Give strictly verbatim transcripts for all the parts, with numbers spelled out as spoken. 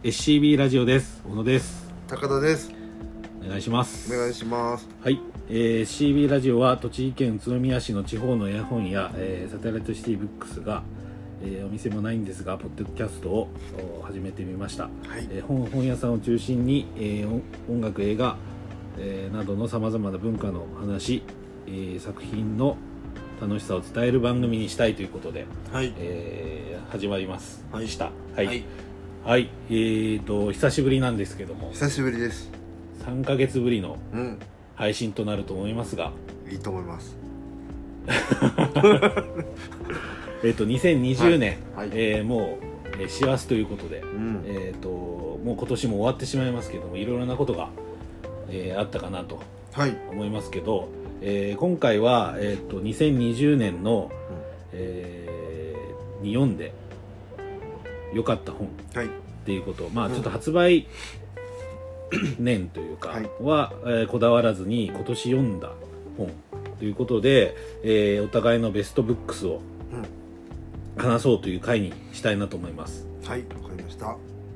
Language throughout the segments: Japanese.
エスシービー ラジオです。小野です。 高田です。 お願いします。 お願いします。 はい、えー、エスシービー ラジオは栃木県宇都宮市の地方の絵本や、えー、サテライトシティブックスが、えー、お店もないんですがポッドキャストを始めてみました。はい、えー、本本屋さんを中心に、えー、音楽映画、えー、などのさまざまな文化の話、えー、作品の楽しさを伝える番組にしたいということで、はい、えー、始まります。はい、した。はい。はいはい、えーと久しぶりなんですけども、 久しぶりです。 さんかげつぶりの配信となると思いますが、 うん、いいと思います。 えっとにせんにじゅうねん、 はいはい、 えー、もう、えー、師走ということで、 うん、 えーともう今年も終わってしまいますけども、いろいろなことが、えー、あったかなと思いますけど、はい、えー、今回は、えーとにせんにじゅうねんの、うんえー、に読んで良かった本っていうこと、はい、まあちょっと発売年というかは、はいえー、こだわらずに今年読んだ本ということで、えー、お互いのベストブックスを話そうという回にしたいなと思います。 はい、わかりました。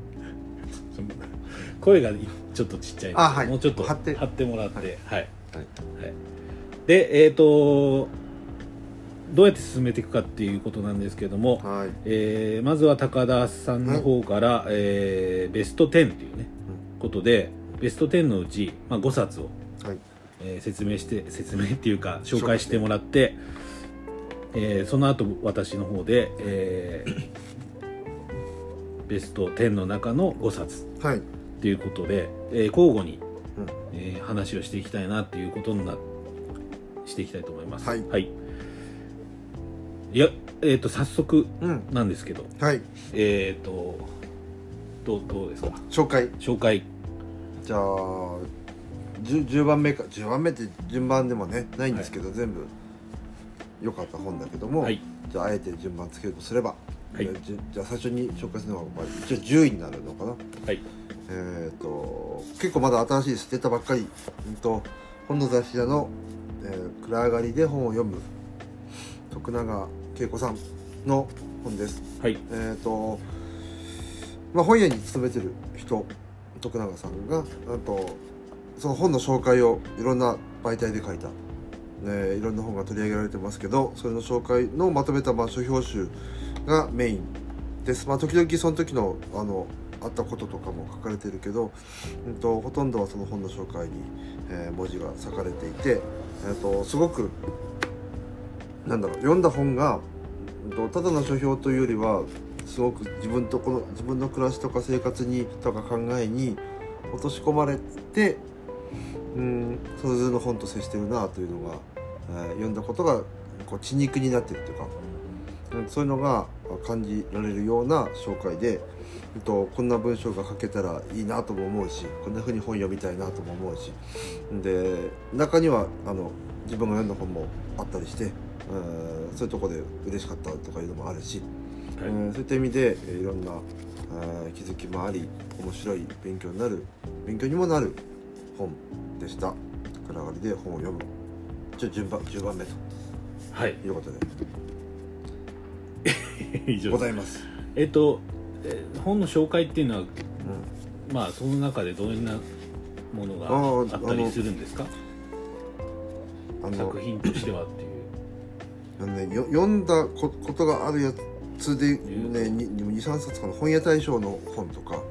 声がちょっとちっちゃいので、 はい、 もうちょっと張って、張ってもらって、はい、はいはい、 はい、 でえっ、ー、とどうやって進めていくかっていうことなんですけども、はいえー、まずは高田さんの方から、うんえー、ベストじゅうっていうね、うん、ことでベストじゅうのうち、まあ、ごさつを、はいえー、説明して説明っていうか紹介してもらって、えー、その後私の方で、えー、ベストじゅうの中のごさつっていうことで、はいえー、交互に、うんえー、話をしていきたいなっていうことになしていきたいと思います。はい、はいいや、えーと、早速なんですけど、 うん、はい。 えーと、どう、どうですか？ 紹介。 紹介。 じゃあ、じゅう, じゅうばんめか、じゅうばんめって順番でもね、ないんですけど、はい、全部良かった本だけども、はい、じゃあ、あえて順番つけるとすれば、はい、じ, じゃあ最初に紹介するのが、一応じゅういになるのかな。はい。えーと、結構まだ新しい捨てたばっかり、うんと、本の雑誌屋の、えー、暗がりで本を読む、徳永恵子さんの本です。はい。えっ、ー、と、まあ本屋に勤めてる人、徳永さんが、あとその本の紹介をいろんな媒体で書いた、ね、いろんな本が取り上げられてますけど、それの紹介のまとめたまあ書評集がメインです。まあ時々その時のあのあったこととかも書かれてるけど、うんとほとんどはその本の紹介に、えー、文字が割かれていて、えーとすごくなんだろう読んだ本がただの書評というよりはすごく自分とこの自分の暮らしとか生活にとか考えに落とし込まれて、うんそれぞれの本と接してるなというのが、えー、読んだことがこう血肉になってるというか、うん、そういうのが感じられるような紹介で、うん、とこんな文章が書けたらいいなとも思うし、こんな風に本読みたいなとも思うし、で中にはあの自分が読んだ本もあったりして、うん、そういうところで嬉しかったとかいうのもあるし、はいうん、そういった意味でいろんな気づきもあり、面白い勉強になる勉強にもなる本でした。暗がりで本を読む、ちょ順番じゅうばんめと、はい、いうことで以上ございます。 えっと、えー、本の紹介っていうのは、うん、まあその中でどんなものがあったりするんですか？あの作品としてはっていうあの、ね、よ読んだことがあるやつで、ね、にさんさつかの本屋大賞の本とか、はい、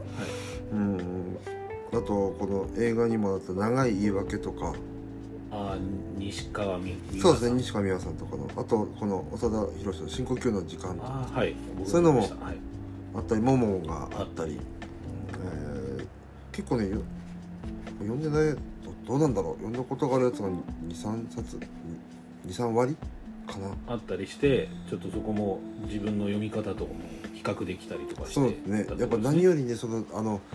うんあとこの映画にもなった長い言い訳とか、 あ西川美そうですね西川美和さんとかの、あとこの長田博の深呼吸の時間とか、 はい、 そういうのもあったり、ももがあったり、えー、結構ね読んでないどうなんだろう、読んだことがあるやつがにさんさつにさんわりかなあったりして、ちょっとそこも自分の読み方とかも比較できたりとかして、 そうですね、やっぱ何よりねそのあの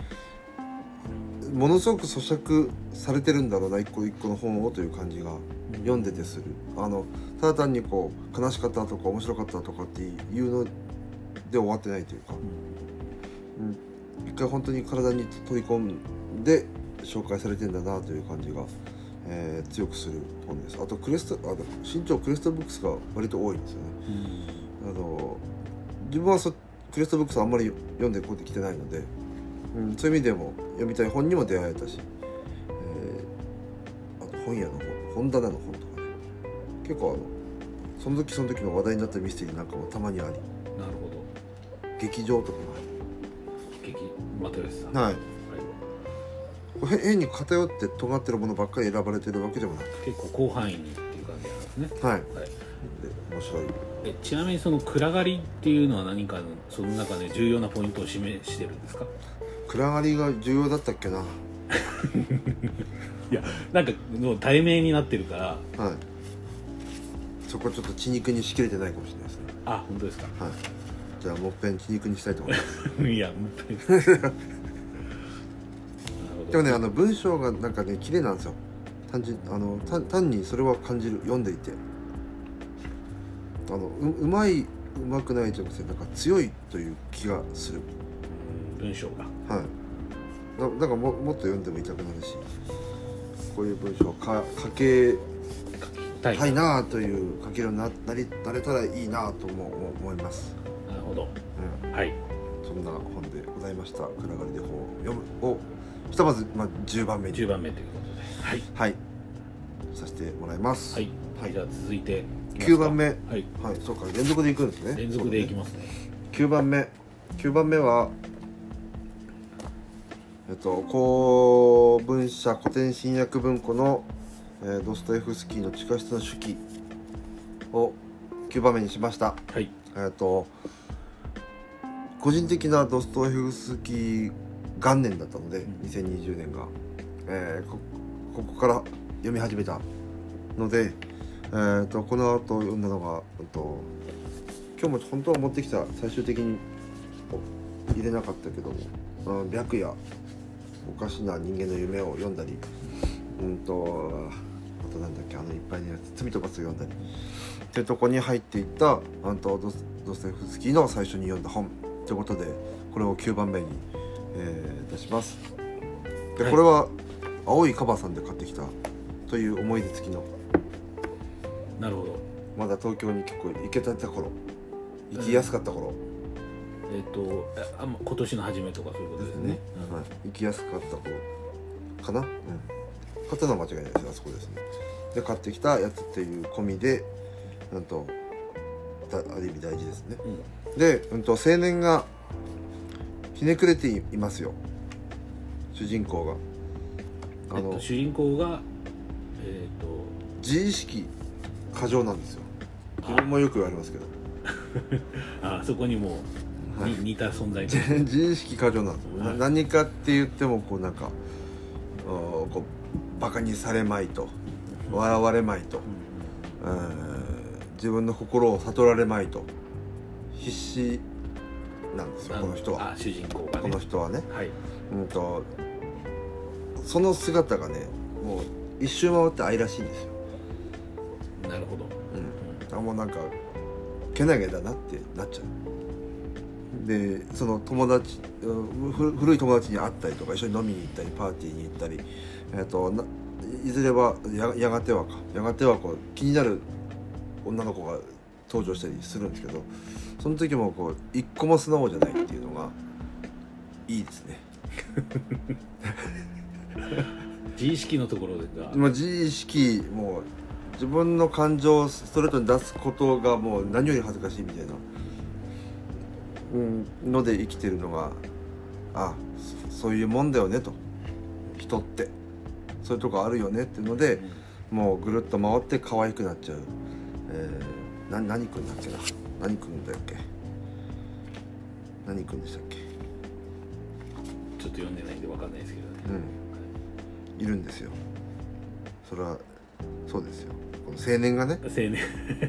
ものすごく咀嚼されてるんだろうな、一個一個の本をという感じが読んでてする、うん、あのただ単にこう悲しかったとか面白かったとかっていうので終わってないというか、うんうん、一回本当に体に取り込んで紹介されてんだなという感じが、えー、強くする本です。あとクレストあの新潮クレストブックスが割と多いんですよね、うん、あの自分はそクレストブックスあんまり読んでこうってきてないので、 うん、そういう意味でも読みたい本にも出会えたし、えー、あと本屋の本本棚の本とかね、結構あのその時その時の話題になったミステリーなんかもたまにあり、なるほど、劇場とかもあり、劇又吉さん、 はい、はい、変に偏って尖ってるものばっかり選ばれてるわけでもない、 結構広範囲にっていう感じなんですね。 はい、はい、で面白い。 えちなみにその暗がりっていうのは何かその中で重要なポイントを示してるんですか？ 暗がりが重要だったっけな。 いやなんかもう題名になってるから、 はい、そこちょっと血肉にしきれてないかもしれないですね。 あ、本当ですか。 はい、じゃあもっぺん血肉にしたいと思います。 いやもっぺんでもね、あの文章がなんかね綺麗なんですよ。単純あの単単にそれは感じる、読んでいて、あの う, うまいうまくないじゃなくてなんか強いという気がする。 文章が、 はい、ななんか も, もっと読んでも痛くなるし、こういう文章をか書けたいなという、書けるように な, な, りなれたらいいなとも思います。 なるほど、うん、はい、 そんな本でございました。暗がりで本を読むをひとまず、まあ、じゅうばんめにじゅうばんめということで、はい、 はい、させてもらいます。 はい、はい、じゃあ続いてきゅうばんめ、はい、 はい、 そうか、連続でいくんですね。 連続でいきますね。 きゅうばんめきゅうばんめはえっと公文社古典新訳文庫の、えー、ドストエフスキーの地下室の手記をきゅうばんめにしました。 はい、 えっと個人的なドストエフスキー元年だったので、うん、にせんにじゅうねんが、えー、こ, ここから読み始めたので、えー、とこの後読んだのが、えっと、今日も本当は持ってきた、最終的に入れなかったけども、うん、白夜、おかしな人間の夢を読んだり、うんとあとなんだっけ、あのいっぱいのやつ、罪と罰を読んだりっていうとこに入っていったあと ド, ドストエフスキーの最初に読んだ本ということで、これをきゅうばんめに、えー、出します。で、はい、これは青いカバーさんで買ってきたという思い出付きの。 なるほど。 まだ東京に結構行けた頃、行きやすかった頃、 えっ、ー、とあ今年の初めとかそういうことですね。 うん、はい、行きやすかった頃かな。うん、買ったのは間違いないです。あそこですね。で買ってきたやつっていう込みで、なんとある意味大事ですね。うん、で、うんと青年がひねくれていますよ、主人公が。 あの、えっと、主人公が、えー、と自意識過剰なんですよ。自分もよく言われますけどああ、そこにも、はい、似た存在自意識過剰なんですよ、はい、何かって言ってもこうなんかこうバカにされまいと、笑われまいと、うん、自分の心を悟られまいと必死なんですよ、この人は。 あ、主人公がね、 この人はね、 はい、 うんとその姿がね、もう一周回って愛らしいんですよ。 なるほど。 うん、あ、もうなんかけなげだなってなっちゃう。で、その友達、古い友達に会ったりとか、一緒に飲みに行ったりパーティーに行ったり、えー、とないずれは や, やがてはかやがてはこう気になる女の子が登場したりするんですけど、その時もこう一個も素直じゃないっていうのがいいですね。 自意識のところが、 まあ、自意識、もう自分の感情をストレートに出すことがもう何より恥ずかしいみたいな、うん、ので生きてるのが、あ、そういうもんだよねと、人ってそういうとこあるよねっていうので、うん、もうぐるっと回って可愛くなっちゃう、えー、な何君だっけな何君だっけ何君でしたっけ、 ちょっと読んでないんで分かんないですけどね、 うん、いるんですよ。それはそうですよ、この青年がね、 青年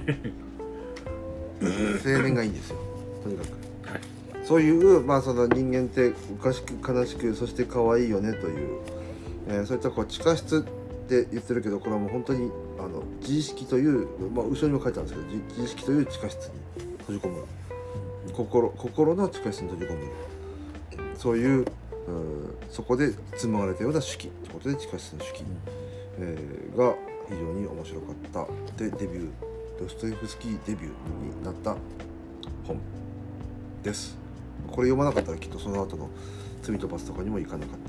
青年がいいんですよ、とにかく、 はい、 そういう、まあ、その人間っておかしく悲しく、そして可愛いよねという、えー、そういったこう地下室って言ってるけど、これはもう本当にあの自意識という、まあ、後ろにも書いてあるんですけど、自意識という地下室に閉じ込む、心心の地下室に閉じ込む、そういう、そこで紡がれたような手記ということで、地下室の手記、えー、が非常に面白かったで、デビュードストエフスキーデビューになった本です。 これ読まなかったらきっとその後の罪と罰とかにも行かなかった。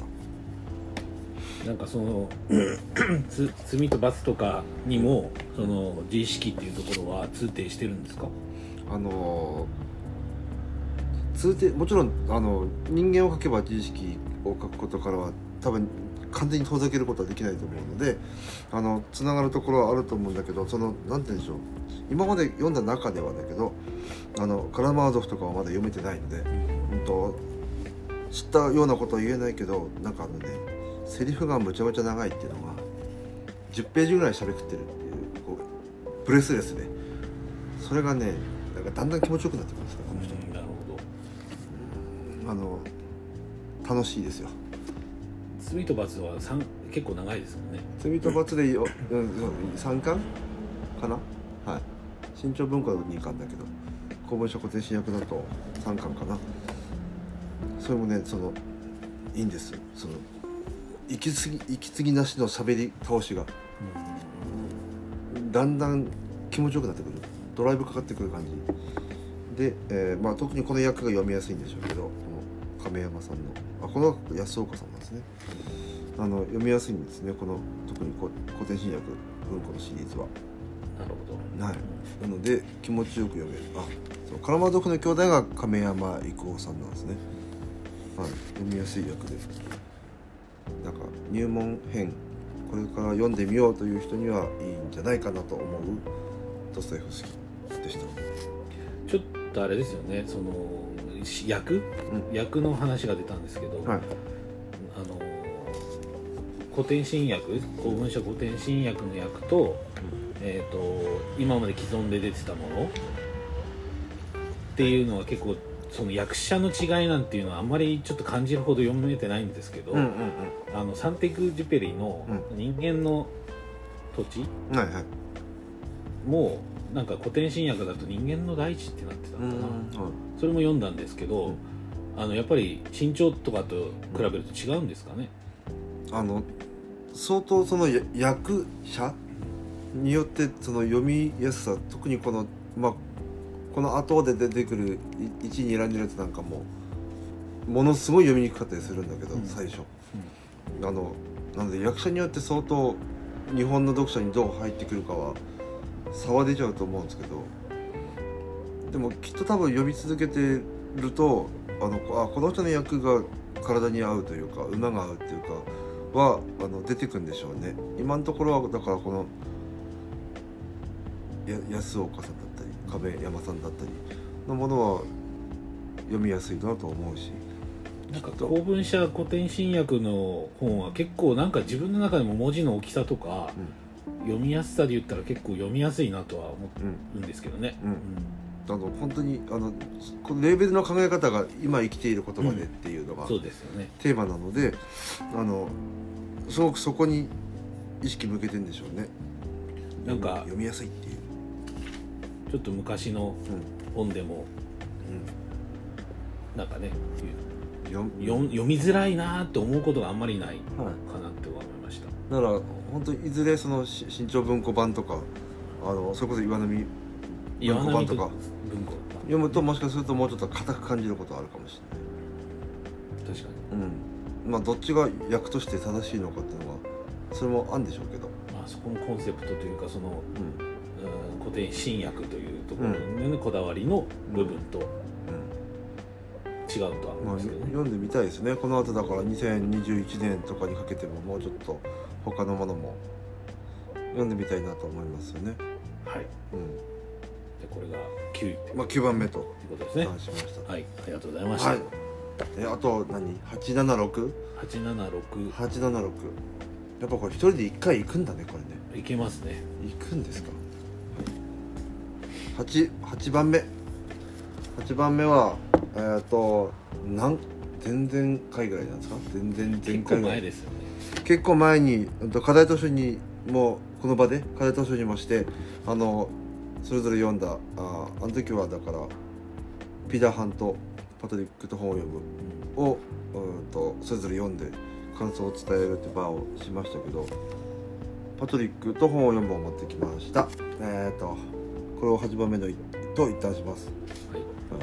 なんかその罪と罰とかにもその自意識っていうところは通底してるんですか？ あの通底もちろんあの人間を書けば自意識を書くことからは多分完全に遠ざけることはできないと思うので、あのつながるところはあると思うんだけど、そのなんて言うんでしょう、今まで読んだ中ではだけど、あのカラマーゾフとかはまだ読めてないので、うんと知ったようなことは言えないけど、なんかあのねセリフがむちゃむちゃ長いっていうのがじゅっページぐらい喋ってるっていう、こうブレスレスで、それがねなんかだんだん気持ちよくなってくるんですよ、この人。 なるほど。 あの楽しいですよ。 罪と罰はさん結構長いですもんね。 罪と罰でよ、うん、さんかんかな、はい。新潮文庫のにかんだけど、公文書古典新訳だとさんかんかな。それもね、そのいいんです。その息継ぎ息継ぎなしの喋り倒しが、うん、だんだん気持ちよくなってくる。ドライブかかってくる感じで、えーまあ、特にこの役が読みやすいんでしょうけど、この亀山さんの、あ、この安岡さんなんですね。あの読みやすいんですね、この特に古典新訳文庫のシリーズは。 なるほど。 はい。なので気持ちよく読める。あ、そうカラマーゾフの兄弟が亀山郁夫さんなんですね。はい、読みやすい役で、なんか入門編これから読んでみようという人にはいいんじゃないかなと思うドストエフスキーでした。 ちょっとあれですよね、その役、うん、役の話が出たんですけど、はい、あの古典新訳、公文書古典新訳の役と、うん、えーと、今まで既存で出てたものっていうのは結構その役者の違いなんていうのはあんまりちょっと感じるほど読めてないんですけど、うんうんうん、あのサンテグジュペリの人間の土地、うんはいはい、もうなんか古典新訳だと人間の大地ってなってたのかな、うんうん、それも読んだんですけど、うん、あのやっぱり身長とかと比べると違うんですかね。 あの相当その役者によってその読みやすさ、特にこの、まあ、この後で出てくるいちいに選んでるやつなんかもものすごい読みにくかったりするんだけど、うん、最初、うん、あのなので役者によって相当日本の読者にどう入ってくるかは差は出ちゃうと思うんですけど、でもきっと多分読み続けてるとあのあこの人の役が体に合うというか馬が合うっていうかはあの出てくるんでしょうね。今のところはだからこのや安岡さんだったり亀山さんだったりのものは読みやすいなと思うし、 なんか公文社古典新訳の本は結構なんか自分の中でも文字の大きさとか、うん、読みやすさで言ったら結構読みやすいなとは思うんですけどね、うんうんあの本当にあのこのレーベルの考え方が今生きている言葉でっていうのが、 うんそうですよね、 テーマなのであのすごくそこに意識向けてるんでしょうね。 なんか読みやすいっていうちょっと昔の本でも、うん、なんかね読みづらいなと思うことがあんまりないかなって思いました、 はい、だから本当いずれその新潮文庫版とかあのそれこそ岩波文庫版とか読むともしかするともうちょっと硬く感じることあるかもしれない。確かに、うん、まあどっちが役として正しいのかっていうのはそれもあるんでしょうけど、 まあそこのコンセプトというかその、うん、古典新訳というところの、ね、こだわりの部分と、うん違うとは思うんですけどね、 まあ、読んでみたいですね。この後だからにせんにじゅういちねんとかにかけてももうちょっと他のものも読んでみたいなと思いますよね。 はい、うん、でこれがきゅうい、 まあ、きゅうばんめということですね。 しました。 はい、ありがとうございました。はい、 えあと何 はちななろくはちななろくはちななろくやっぱこれ一人で一回行くんだね。これね行けますね。 行くんですか。はい、8, 8番目はちばんめはえー、となん全然回ぐらいなんですか。全然前回ぐらい結構前ですよね。 結構前に課題図書にもこの場で課題図書にもしてあのそれぞれ読んだ あ, あの時はだからピダーハンとパトリックと本を読むを、うん、とそれぞれ読んで感想を伝えるって場をしましたけど、パトリックと本を読むを持ってきました。えー、とこれをはちばんめのと一旦します。はい、は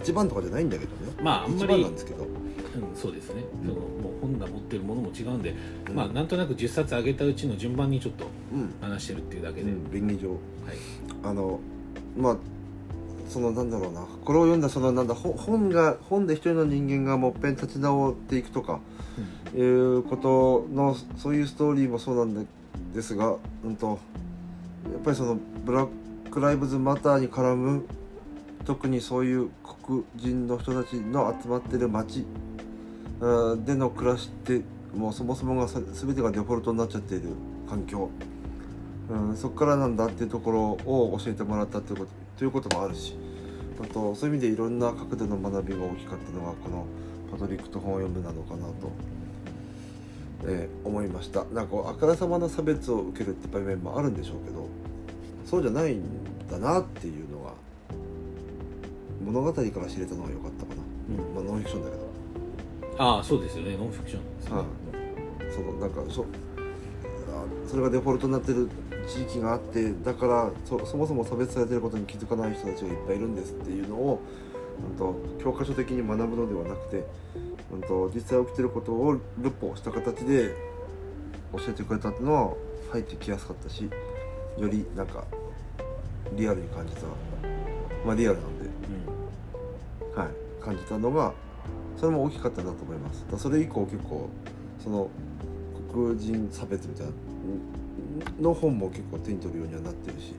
ちばんとかじゃないんだけどね、 まああんまりいちばんなんですけど、うん、 そうですね、うん、そのもう本が持ってるものも違うんで、うん、まあなんとなくじゅっさつあげたうちの順番にちょっと話してるっていうだけで、うん、 便宜上、はい、あのまあそのなんだろうな、これを読んだそのなんだ本が本で一人の人間がもっぺん立ち直っていくとか、うん、いうことのそういうストーリーもそうなんですが、うんとやっぱりそのブラックライブズマターに絡む、特にそういう黒人の人たちの集まってる街での暮らしってもうそもそもが全てがデフォルトになっちゃっている環境、うん、そこからなんだっていうところを教えてもらったということ、ということもあるし、あとそういう意味でいろんな角度の学びが大きかったのがこのパトリックと本を読むなのかなと、えー、思いました。なんかあからさまな差別を受けるって場面もあるんでしょうけど、そうじゃないんだなっていうのが物語から知れたのが良かったかな、うん、まあノンフィクションだけど。 ああそうですよね、ノンフィクションですね、はい、そのなんか そ, それがデフォルトになってる地域があって、だから そ, そもそも差別されてることに気づかない人たちがいっぱいいるんですっていうのを、うん、と教科書的に学ぶのではなくて、うん、と実際起きてることをルポした形で教えてくれたっていうのは入ってきやすかったし、よりなんかリアルに感じた、まあリアルなんで、うん、はい、感じたのがそれも大きかったなと思います。だそれ以降結構その黒人差別みたいなの本も結構手に取るようにはなってるし、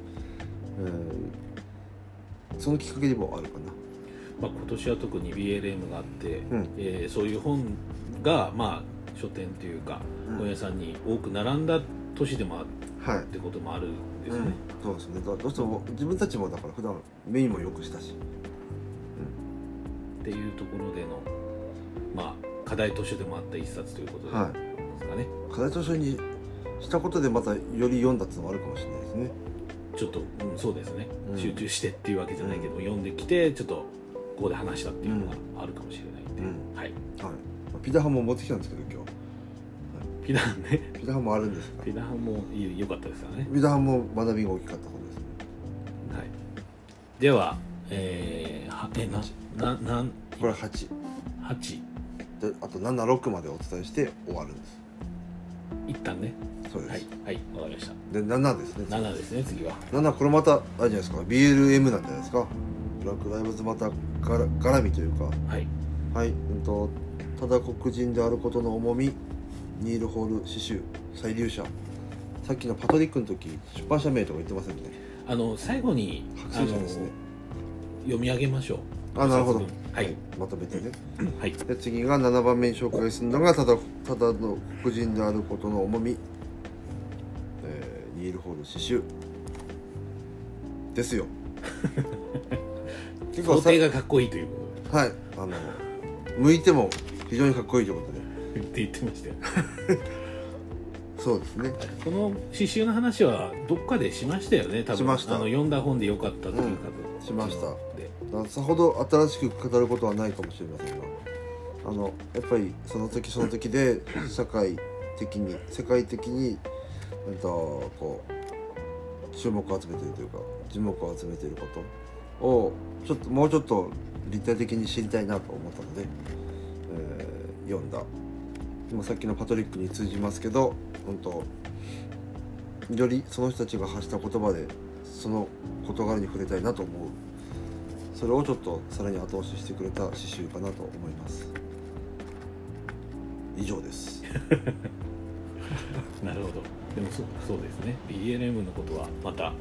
えー、そのきっかけにもあるかな。 まあ、今年は特に ビーエルエム があって、うん、えー、そういう本がまあ書店というか本屋さんに多く並んだ年でもある、はい、ってこともあるんですね、 うん、そうですね。どうしても自分たちもだから普段目にもよくしたし、 うん、っていうところでのまあ課題図書でもあった一冊ということで、はい、ですかね。 課題図書にしたことでまたより読んだっていうのもあるかもしれないですね。 ちょっと、うん、そうですね、うん、集中してっていうわけじゃないけど、うん、読んできてちょっとここで話したっていうのがあるかもしれないんで、うん、はい、はい、 ピダハンも持ってきたんですけど今日、はい、 ピダハンねピダハンもあるんですか。 ピダハンも良かったですよね。 ピダハンも学びが大きかった本ですね。 はい。では、えー、はえなななんこれはちはちで、あとなな、ろくまでお伝えして終わるんです。 一旦ね。 そうです。 はい、はい、わかりました。 でななですね。 ななですね、次は。 ななこれまたあれじゃないですか。ビーエルエム なんじゃないですか。ブラックライブズまたがら絡みというか。 はいはい。うんとただ黒人であることの重み、ニール・ホール詩集再流者。さっきのパトリックの時出版社名とか言ってませんね。 あの最後に白紙者ですね。 読み上げましょう。 あ、なるほど。 はい、 まとめてね。 はい。 で次がななばんめに紹介するのがただただの黒人であることの重み、えー、ニール・ホール詩集ですよ。 結構想定がかっこいいということで。はい。あの向いても非常にかっこいいということで。 って言ってましたよ。 そうですね。 この詩集の話はどっかでしましたよね。多分しました。 あの読んだ本でよかったというか、 うん、しました。さほど新しく語ることはないかもしれませんが、あのやっぱりその時その時で社会的に世界的になんとこう注目を集めているというか注目を集めていることをちょっともうちょっと立体的に知りたいなと思ったので、えー、読んだ。今さっきのパトリックに通じますけど、本当よりその人たちが発した言葉でその事柄に触れたいなと思う。それをちょっとさらに後押ししてくれた詩集かなと思います。以上です。 なるほど。でも そ, そうですね ビーエルエム のことはまた、うん、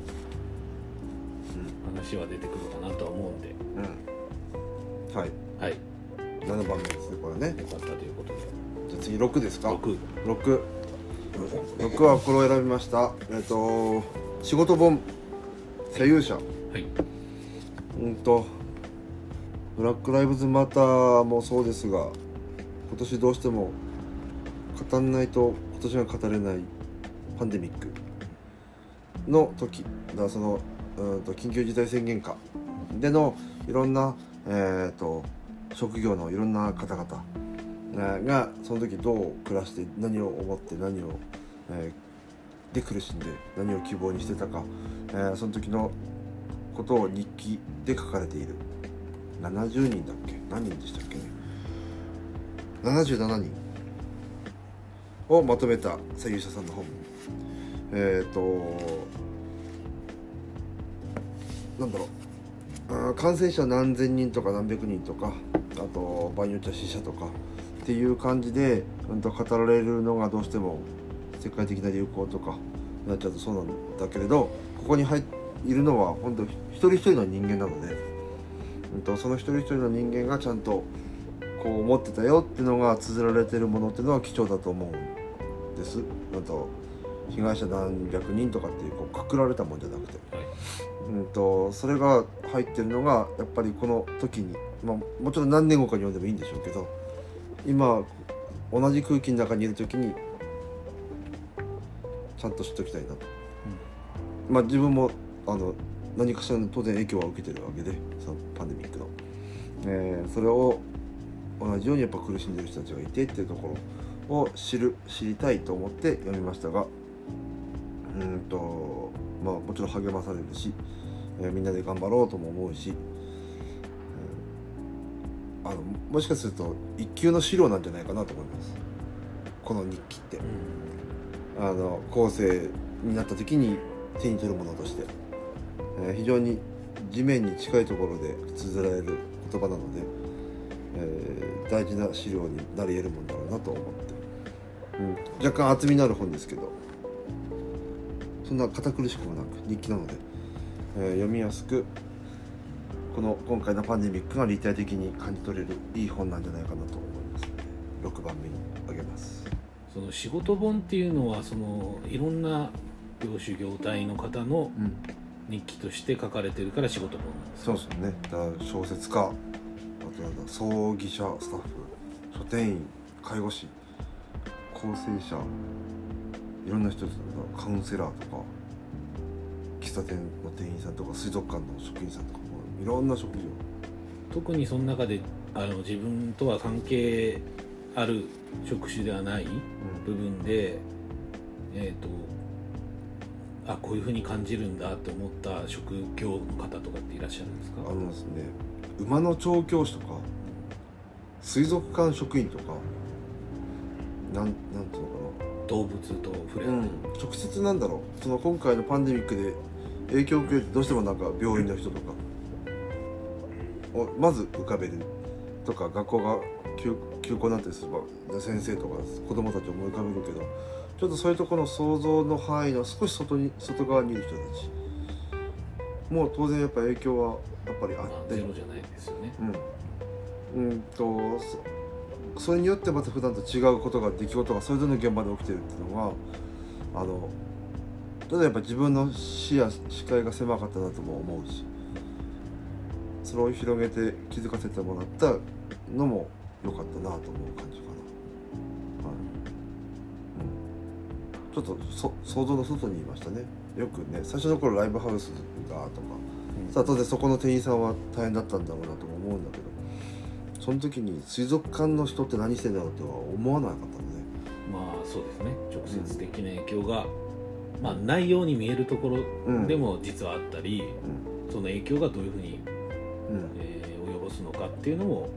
話は出てくるかなとは思うんで、 うん、はいはい、 ななばんめですねこれね。 よかったということで、 じゃあ次ろくですか。 ろくろく ろくはこれを選びました。えっと仕事本左右者、はい、うんとブラックライブズマターもそうですが、今年どうしても語んないと今年は語れないパンデミックの時だから、そのうんと緊急事態宣言下でのいろんな、えー、と職業のいろんな方々がその時どう暮らして何を思って何を、えー、で苦しんで何を希望にしてたか、えー、その時のことを日記で書かれているななじゅうにんだっけ、何人でしたっけね、ななじゅうななにんをまとめた声優者さんの本。えっ、ー、となんだろう、感染者何千人とか何百人とか、あと場合によっては死者とかっていう感じで、うん、と語られるのがどうしても世界的な流行とかなっちゃうとそうなんだけれど、ここに入いるのは本当一人一人の人間なので、うん、とその一人一人の人間がちゃんとこう思ってたよっていうのが綴られてるものっていうのは貴重だと思うんです。うんと被害者何百人とかっていうこうくくられたもんじゃなくて、はい、うんとそれが入ってるのがやっぱりこの時に、まあ、もちろん何年後かに読んでもいいんでしょうけど、今同じ空気の中にいる時にちゃんと知っておきたいなと、うん、まあ自分もあの何かしらの当然影響は受けてるわけで、そのパンデミックの、えー、それを同じようにやっぱ苦しんでる人たちがいてっていうところを知る知りたいと思って読みましたが、うんとまあもちろん励まされるし、えー、みんなで頑張ろうとも思うし、うん、あのもしかすると一級の資料なんじゃないかなと思います、この日記って。うん、あの後世になった時に手に取るものとして、えー、非常に地面に近いところで綴られる言葉なので、えー、大事な資料になり得るものだろうなと思って、うん、若干厚みのある本ですけど、そんな堅苦しくもなく日記なので、えー、読みやすく、この今回のパンデミックが立体的に感じ取れるいい本なんじゃないかなと思いますので、ろくばんめに挙げます。 その仕事本っていうのはそのいろんな業種業態の方の日記として書かれてるから仕事本なんですか？ そうですね。だから小説家、あとなんだ葬儀社スタッフ、書店員、介護士、構成者、いろんな人ですね。カウンセラーとか喫茶店の店員さんとか水族館の職員さんとか、いろんな職業。 特にその中であの自分とは関係ある職種ではない部分で、うん、えーとあこういう風に感じるんだと思った職業の方とかっていらっしゃるんですか？ あのですね、馬の調教師とか水族館職員とか、なんなんていうのかな、 動物と触れ合う、うん、 直接なんだろう、その今回のパンデミックで影響を受けてどうしてもなんか病院の人とかをまず浮かべるとか、学校が休, 休校になったりすれば先生とか子供たちを思い浮かべるけど、ちょっとそういうところの想像の範囲の少し 外, に外側にいる人たちもう当然やっぱ影響はやっぱりあって、まあ、 ゼロじゃないですよね。 うん、うんと そ, それによってまた普段と違うことが出来事がそれぞれの現場で起きてるっていうのは、あのただやっぱ自分の視野視界が狭かったなとも思うし、それを広げて気づかせてもらったのも良かったなと思う感じかな。ちょっとそ想像の外にいましたね。よくね、最初の頃ライブハウスがとか、うん、さあ当然そこの店員さんは大変だったんだろうなとも思うんだけど、その時に水族館の人って何してんだろうとは思わなかったので、 まあそうですね、直接的な影響が、うん、まあないように見えるところでも実はあったり、うん、その影響がどういうふうに、うんえー、及ぼすのかっていうのも、はい、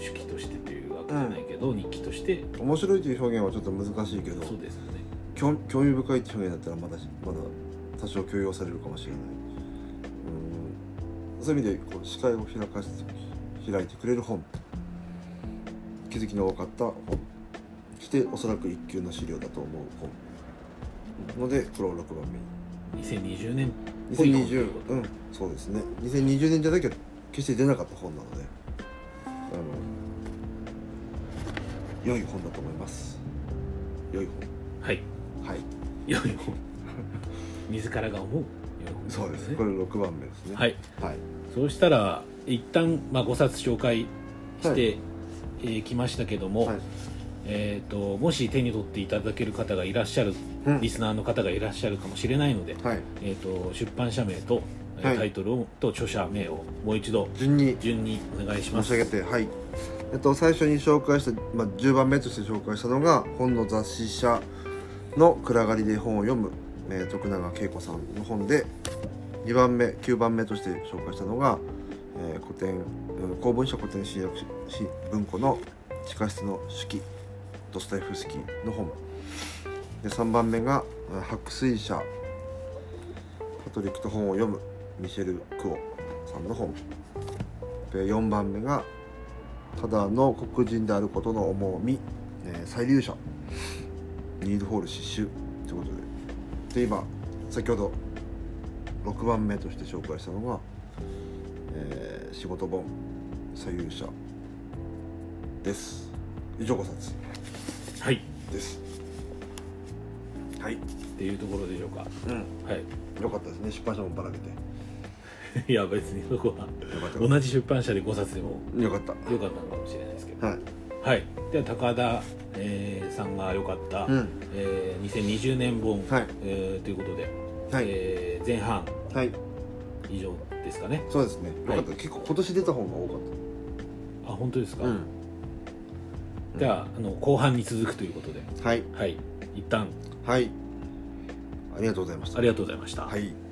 手記としてというわけじゃないけど、うん、日記として面白いという表現はちょっと難しいけど、 そうですよね、 興, 興味深いって表現だったらまだまだ多少許容されるかもしれない。うん、そういう意味でこう視界を開かせて開いてくれる本、気づきの多かった本、そしておそらく一級の資料だと思う本ので、これをろくばんめににせんにじゅうねんにせんにじゅううんそうですね、にせんにじゅうねんじゃなきゃ決して出なかった本なので、あの良い本だと思います。良い本、 はいはい良い本自らが思う良い本ですね。 そうです、これろくばんめですね。 はい、はい、そうしたら一旦、まあ、ごさつ紹介して、はいえー、きましたけども、はいえー、ともし手に取っていただける方がいらっしゃる、うん、リスナーの方がいらっしゃるかもしれないので、はいえー、と出版社名と、はい、タイトルをと著者名をもう一度順に順にお願いします。 申し上げて、はいえっと、最初に紹介した、まあ、じゅうばんめとして紹介したのが本の雑誌社の暗がりで本を読む、えー、徳永恵子さんの本で、にばんめきゅうばんめとして紹介したのが、 えー、古典公文書古典新約文庫の地下室の手記ドスタエフスキーの本で、さんばんめが白水社カトリックと本を読むミシェル・クオさんの本で、よんばんめがただの黒人であることの重み、えー、再流者ニール・ホール詩集ということで、で今先ほどろくばんめとして紹介したのが、えー、仕事本再流者です。以上ごさつはいですはいっていうところでしょうか。 うん、 はい、 よかったですね、出版社もばらけていや別にそこは同じ出版社でごさつでもよかったよかったのかもしれないですけど、 はい、 はい、では高田、えー、さんが良かった、うん、えー、にせんにじゅうねん本、はい、えー、ということで、はい、えー、前半、はい、以上ですかね。 そうですね、よかった、はい、結構今年出た本が多かった。 あ、本当ですか。うん、じゃあ、あの後半に続くということで、 はい、 はい、一旦、 はい、ありがとうございました。 ありがとうございました。 はい。